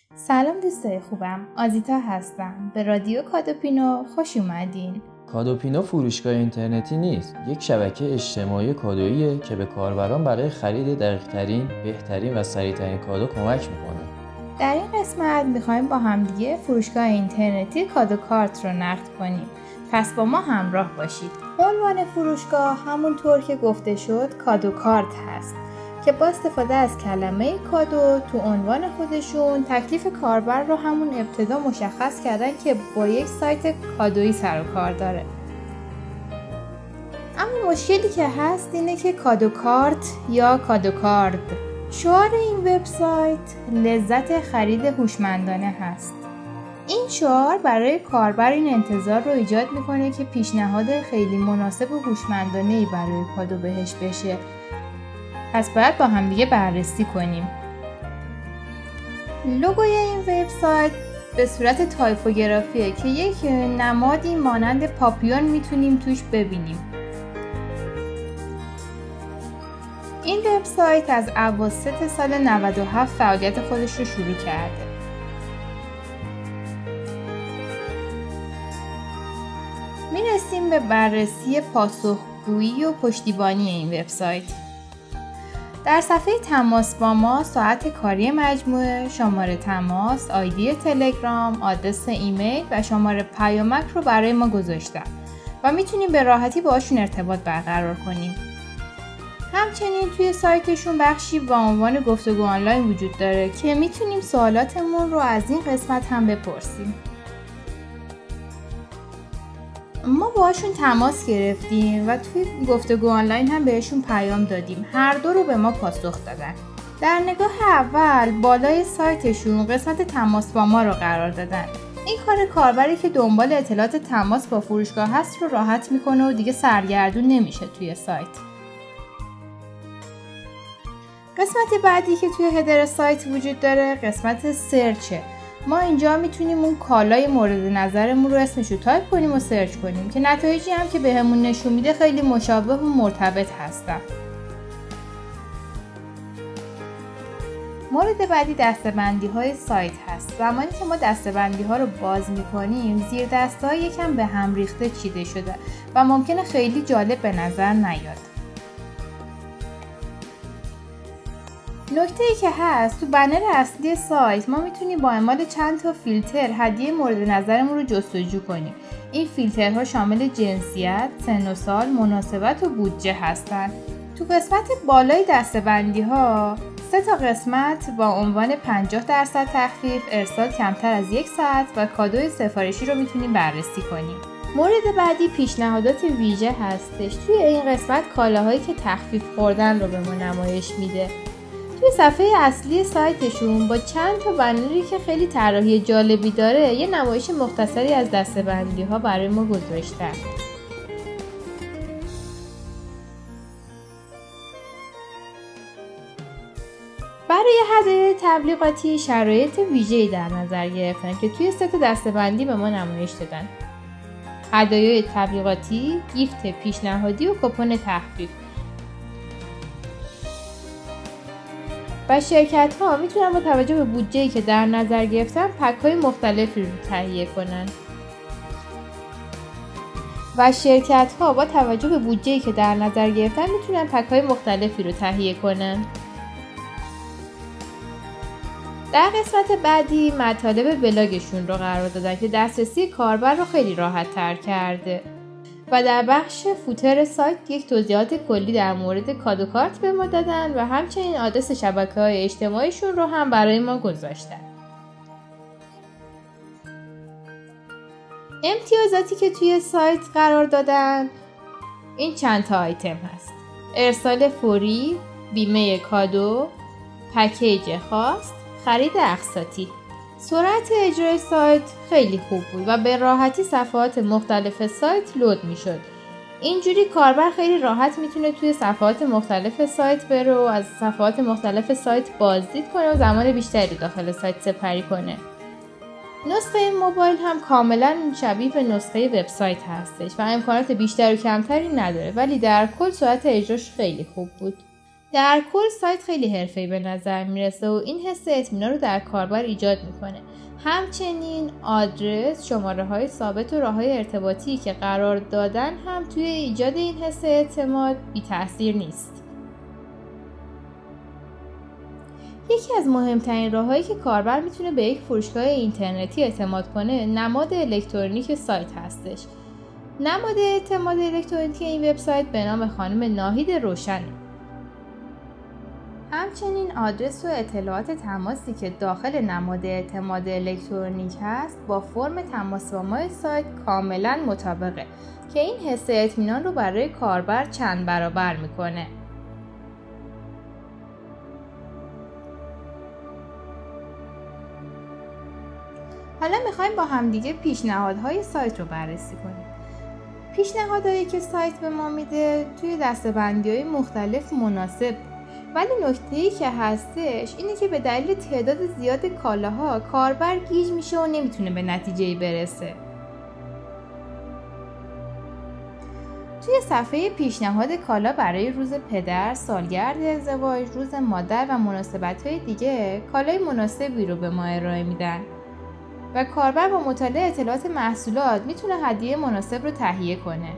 سلام دوستای خوبم، آزیتا هستم. به رادیو کادوپینو خوش اومدین. کادوپینو فروشگاه اینترنتی نیست، یک شبکه اجتماعی کادوییه که به کاربران برای خرید دقیق‌ترین، بهترین و سریع‌ترین کادو کمک میکنه. در این قسمت میخوایم با همدیگه فروشگاه اینترنتی کادو کارت رو نقد کنیم. پس با ما همراه باشید. عنوان فروشگاه همونطور که گفته شد کادو کارت هست که با استفاده از کلمه کادو تو عنوان خودشون تکلیف کاربر رو همون ابتدا مشخص کردن که با یک سایت کادویی سر و کار داره. اما مشکلی که هست اینه که کادو کارت یا کادو کارد شعار این وبسایت لذت خرید هوشمندانه هست. این شعار برای کاربر این انتظار رو ایجاد میکنه که پیشنهاد خیلی مناسب و هوشمندانه‌ای برای کادو بهش بشه. پس باید با هم دیگه بررسی کنیم. لوگوی این وبسایت به صورت تایپوگرافیه که یک نمادی مانند پاپیون میتونیم توش ببینیم. این وبسایت از اواسط سال 97 فعالیت خودش رو شروع کرده. میرسیم به بررسی پاسخگویی و پشتیبانی این وبسایت. در صفحه تماس با ما ساعت کاری مجموعه، شماره تماس، آیدی تلگرام، آدرس ایمیل و شماره پیامک رو برای ما گذاشتن و میتونیم به راحتی باهاشون ارتباط برقرار کنیم. همچنین توی سایتشون بخشی با عنوان گفتگو آنلاین وجود داره که میتونیم سوالاتمون رو از این قسمت هم بپرسیم. ما باهاشون تماس گرفتیم و توی گفتگو آنلاین هم بهشون پیام دادیم. هر دو رو به ما پاسخ دادن. در نگاه اول بالای سایتشون قسمت تماس با ما رو قرار دادن. این کار کاربری که دنبال اطلاعات تماس با فروشگاه هست رو راحت میکنه و دیگه سرگردون نمیشه توی سایت. قسمت بعدی که توی هدر سایت وجود داره قسمت سرچه. ما اینجا میتونیم اون کالای مورد نظرمون رو اسمش رو تایپ کنیم و سرچ کنیم که نتایجی هم که بهمون نشون میده خیلی مشابه و مرتبط هستن. مورد بعدی دسته‌بندی های سایت هست. زمانی که ما دسته‌بندی ها رو باز میکنیم زیر دسته ها یکم به هم ریخته چیده شده و ممکنه خیلی جالب به نظر نیاد. نکته‌ای که هست تو بنر اصلی سایت ما میتونیم با اعمال چند تا فیلتر هدیه مورد نظرمون رو جستجو کنیم. این فیلترها شامل جنسیت، سن و سال، مناسبت و بودجه هستن. تو قسمت بالای دسته‌بندی ها 3 تا قسمت با عنوان 50% تخفیف، ارسال کمتر از 1 ساعت و کادوی سفارشی رو میتونیم بررسی کنیم. مورد بعدی پیشنهادات ویژه هستش. توی این قسمت کالاهایی که تخفیف خوردن رو به ما نمایش میده. توی صفحه اصلی سایتشون با چند تا بنری که خیلی طراحی جالبی داره یه نمایش مختصری از دسته‌بندی ها برای ما گذاشتن. برای هدایای تبلیغاتی شرایط ویژه‌ای در نظر گرفتن که توی 3 تا دسته‌بندی به ما نمایش دادن. هدایای تبلیغاتی، گیفت پیشنهادی و کوپن تخفیف. و شرکت‌ها میتونن با توجه به بودجه‌ای که در نظر گرفتن پک‌های مختلفی رو تهیه کنن. در قسمت بعدی مطالب بلاگشون رو قرار دادن که دسترسی کاربر رو خیلی راحت تر کرده. و در بخش فوتر سایت یک توضیحات کلی در مورد کادو کارت به ما دادن و همچنین آدرس شبکه‌های اجتماعیشون رو هم برای ما گذاشتن. امتیازاتی که توی سایت قرار دادن این چند تا آیتم هست: ارسال فوری، بیمه کادو، پکیج خاص، خرید اقساطی. سرعت اجرای سایت خیلی خوب بود و به راحتی صفحات مختلف سایت لود میشد. اینجوری کاربر خیلی راحت میتونه توی صفحات مختلف سایت بره و از صفحات مختلف سایت بازدید کنه و زمان بیشتری داخل سایت سپری کنه. نسخه موبایل هم کاملا شبیه به نسخه وبسایت هستش و امکانات بیشتر و کمتری نداره، ولی در کل سرعت اجراش خیلی خوب بود. در کل سایت خیلی حرفه‌ای به نظر میرسه و این حس اطمینان رو در کاربر ایجاد میکنه. همچنین آدرس، شماره‌های ثابت و راه‌های ارتباطی که قرار دادن هم توی ایجاد این حس اعتماد بی تأثیر نیست. یکی از مهمترین راه‌هایی که کاربر میتونه به یک فروشگاه اینترنتی اعتماد کنه، نماد الکترونیک سایت هستش. نماد اعتماد الکترونیک این وبسایت به نام خانم ناهید روشنه. همچنین آدرس و اطلاعات تماسی که داخل نماد اعتماد الکترونیک هست با فرم تماس با ما سایت کاملا مطابقه که این حس اطمینان رو برای کاربر چند برابر میکنه. حالا میخوایم با همدیگه پیشنهادهای سایت رو بررسی کنیم. پیشنهادهایی که سایت به ما میده توی دسته‌بندی‌های مختلف مناسب، ولی نکته‌ای که هستش اینه که به دلیل تعداد زیاد کالاها کاربر گیج میشه و نمیتونه به نتیجه‌ای برسه. توی صفحه پیشنهاد کالا برای روز پدر، سالگرد ازدواج، روز مادر و مناسبت‌های دیگه کالای مناسبی رو به ما ارائه میدن و کاربر با مطالعه اطلاعات محصولات میتونه هدیه مناسب رو تهیه کنه.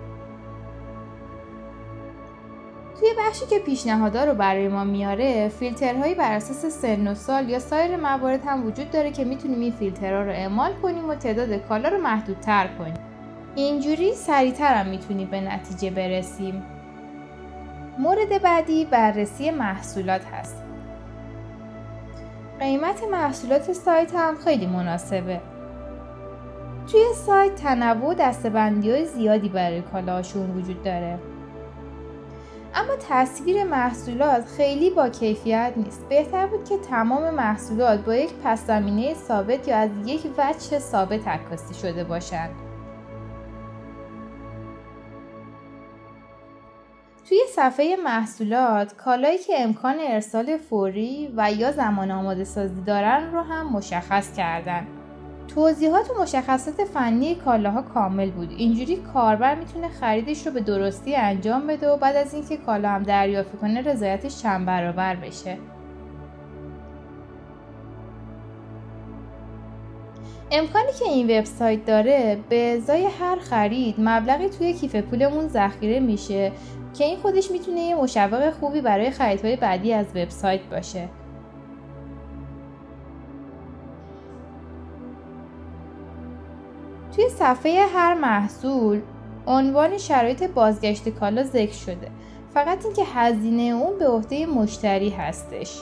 توی بخشی که پیشنهادها رو برای ما میاره، فیلترهایی بر اساس سن و سال یا سایر موارد هم وجود داره که میتونیم این فیلترها رو اعمال کنیم و تعداد کالا رو محدودتر کنیم. اینجوری سریعتر هم میتونیم به نتیجه برسیم. مورد بعدی بررسی محصولات هست. قیمت محصولات سایت هم خیلی مناسبه. توی سایت تنوع و دسته‌بندی‌های زیادی برای کالاهاشون وجود داره. اما تصویر محصولات خیلی با کیفیت نیست. بهتر بود که تمام محصولات با یک پس‌زمینه ثابت یا از یک وجه ثابت عکاسی شده باشند. توی صفحه محصولات، کالایی که امکان ارسال فوری و یا زمان آماده سازی دارن رو هم مشخص کردن. توضیحات و مشخصات فنی کالاها کامل بود. اینجوری کاربر میتونه خریدش رو به درستی انجام بده و بعد از اینکه کالا هم دریافت کنه رضایتش چند برابر بشه. امکانی که این وبسایت داره به ازای هر خرید مبلغی توی کیف پولمون ذخیره میشه که این خودش میتونه یه مشوق خوبی برای خریدهای بعدی از وبسایت باشه. توی صفحه هر محصول عنوان شرایط بازگشت کالا ذکر شده، فقط اینکه هزینه اون به عهده مشتری هستش.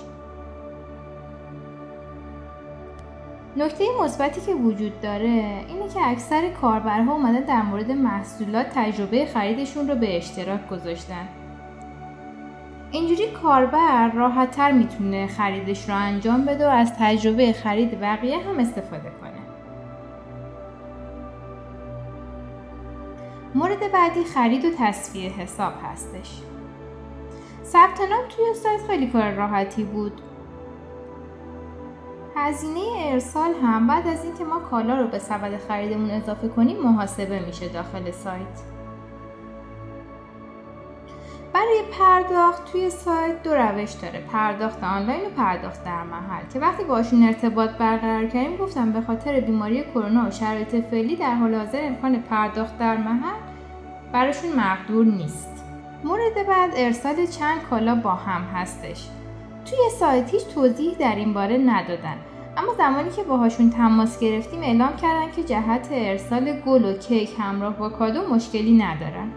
نکته مثبتی که وجود داره اینه که اکثر کاربرها اومدن در مورد محصولات تجربه خریدشون رو به اشتراک گذاشتن. اینجوری کاربر راحت‌تر میتونه خریدش رو انجام بده و از تجربه خرید بقیه هم استفاده کنه. مورد بعدی خرید و تصفیه حساب هستش. ثبت نام توی سایت خیلی کار راحتی بود. هزینه ارسال هم بعد از اینکه ما کالا رو به سبد خریدمون اضافه کنیم محاسبه میشه داخل سایت. برای پرداخت توی سایت دو روش داره، پرداخت آنلاین و پرداخت در محل که وقتی باشون ارتباط برقرار کردیم گفتم به خاطر بیماری کرونا و شرایط فعلی در حال حاضر امکان پرداخت در محل براشون مقدور نیست. مورد بعد ارسال چند کالا با هم هستش. توی سایت هیچ توضیح در این باره ندادن، اما زمانی که باهاشون تماس گرفتیم اعلام کردن که جهت ارسال گل و کیک همراه با کادو مشکلی ندارن.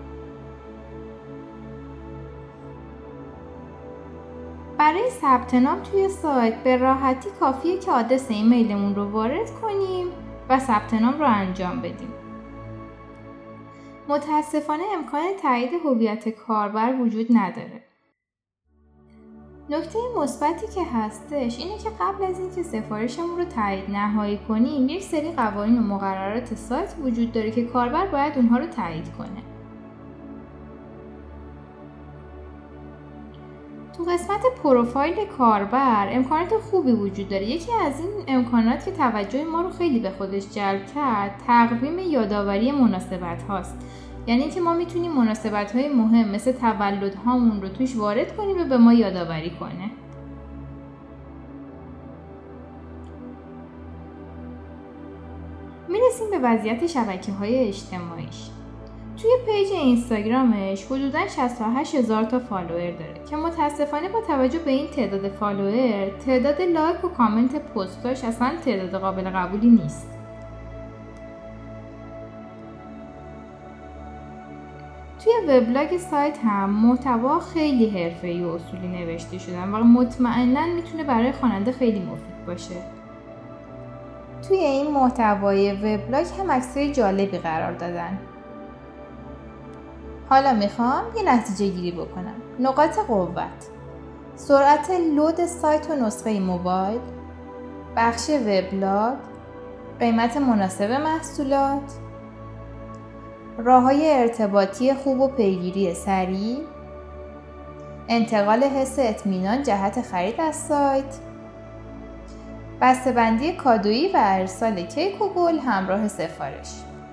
برای ثبت نام توی سایت به راحتی کافیه که آدرس ایمیلمون رو وارد کنیم و ثبت نام رو انجام بدیم. متاسفانه امکان تایید هویت کاربر وجود نداره. نکته مثبتی که هستش اینه که قبل از اینکه سفارشمون رو تایید نهایی کنیم یک سری قوانین و مقررات سایت وجود داره که کاربر باید اونها رو تایید کنه. تو قسمت پروفایل کاربر امکانات خوبی وجود داره. یکی از این امکانات که توجه ما رو خیلی به خودش جلب کرد تقویم یادآوری مناسبت هاست. یعنی اینکه ما میتونیم مناسبت‌های مهم مثل تولد هامون رو توش وارد کنیم و به ما یادآوری کنه. میرسیم به وضعیت شبکه‌های اجتماعیش. توی پیج اینستاگرامش حدوداً 68,000 تا فالوور داره که متاسفانه با توجه به این تعداد فالوور، تعداد لایک و کامنت پستاش اصلا تعداد قابل قبولی نیست. توی وبلاگ سایت هم محتوا خیلی حرفه‌ای و اصولی نوشته شدن و مطمئناً میتونه برای خواننده خیلی مفید باشه. توی این محتوای وبلاگ هم عکسای جالبی قرار دادن. حالا میخوام یه نتیجه گیری بکنم. نقاط قوت: سرعت لود سایت و نسخه موبایل، بخش وبلاگ، قیمت مناسب محصولات، راه‌های ارتباطی خوب و پیگیری سریع، انتقال حس اطمینان جهت خرید از سایت، بسته‌بندی کادویی و ارسال کیک و گل همراه سفارش.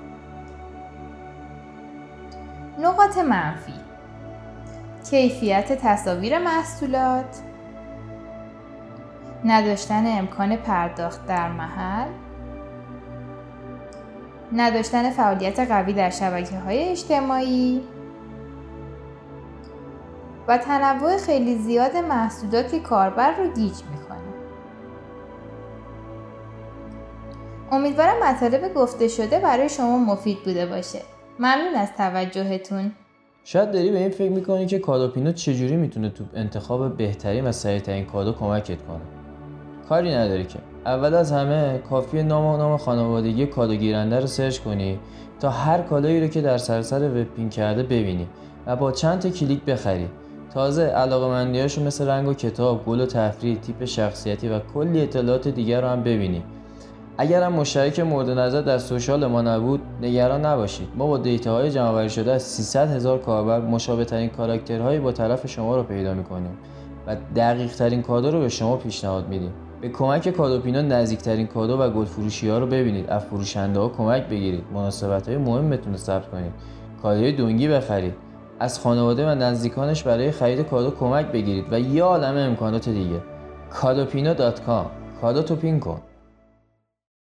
نقاط منفی: کیفیت تصاویر محصولات، نداشتن امکان پرداخت در محل، نداشتن فعالیت قوی در شبکه‌های اجتماعی و تنوع خیلی زیاد محصولات که کاربر رو گیج میکنه. امیدوارم مطالب گفته شده برای شما مفید بوده باشه. ممنون از توجهتون. شاید داری به این فکر میکنی که کادوپینو چجوری میتونه تو انتخاب بهترین و سریعترین کادو کمکت کنه. کاری نداری که. اول از همه کافیه نام خانوادگی کادو گیرنده رو سرچ کنی تا هر کادویی رو که در سراسر وب پین کرده ببینی و با چند تا کلیک بخری. تازه علاقه‌مندیاشو مثل رنگ و کتاب، گل و تفریح، تیپ شخصیتی و کلی اطلاعات دیگر رو هم ببینی. اگر هم مشترک مورد نظر در سوشال ما نبود، نگران نباشید. ما با دیتاهای جمع‌آوری شده از 300,000 کاربر مشابه‌ترین کاراکترهایی با طرف شما رو پیدا می‌کنیم و دقیق‌ترین کادو رو به شما پیشنهاد میدیم. به کمک کادوپینو نزدیکترین کادو و گل فروشی‌ها رو ببینید، از فروشنده‌ها کمک بگیرید، مناسبت‌های مهمتون رو ثبت کنید، کادوی دونگی بخرید، از خانواده و نزدیکانش برای خرید کادو کمک بگیرید و یه عالمه امکانات دیگه. کادوپینو.com. کادو تو پین کن.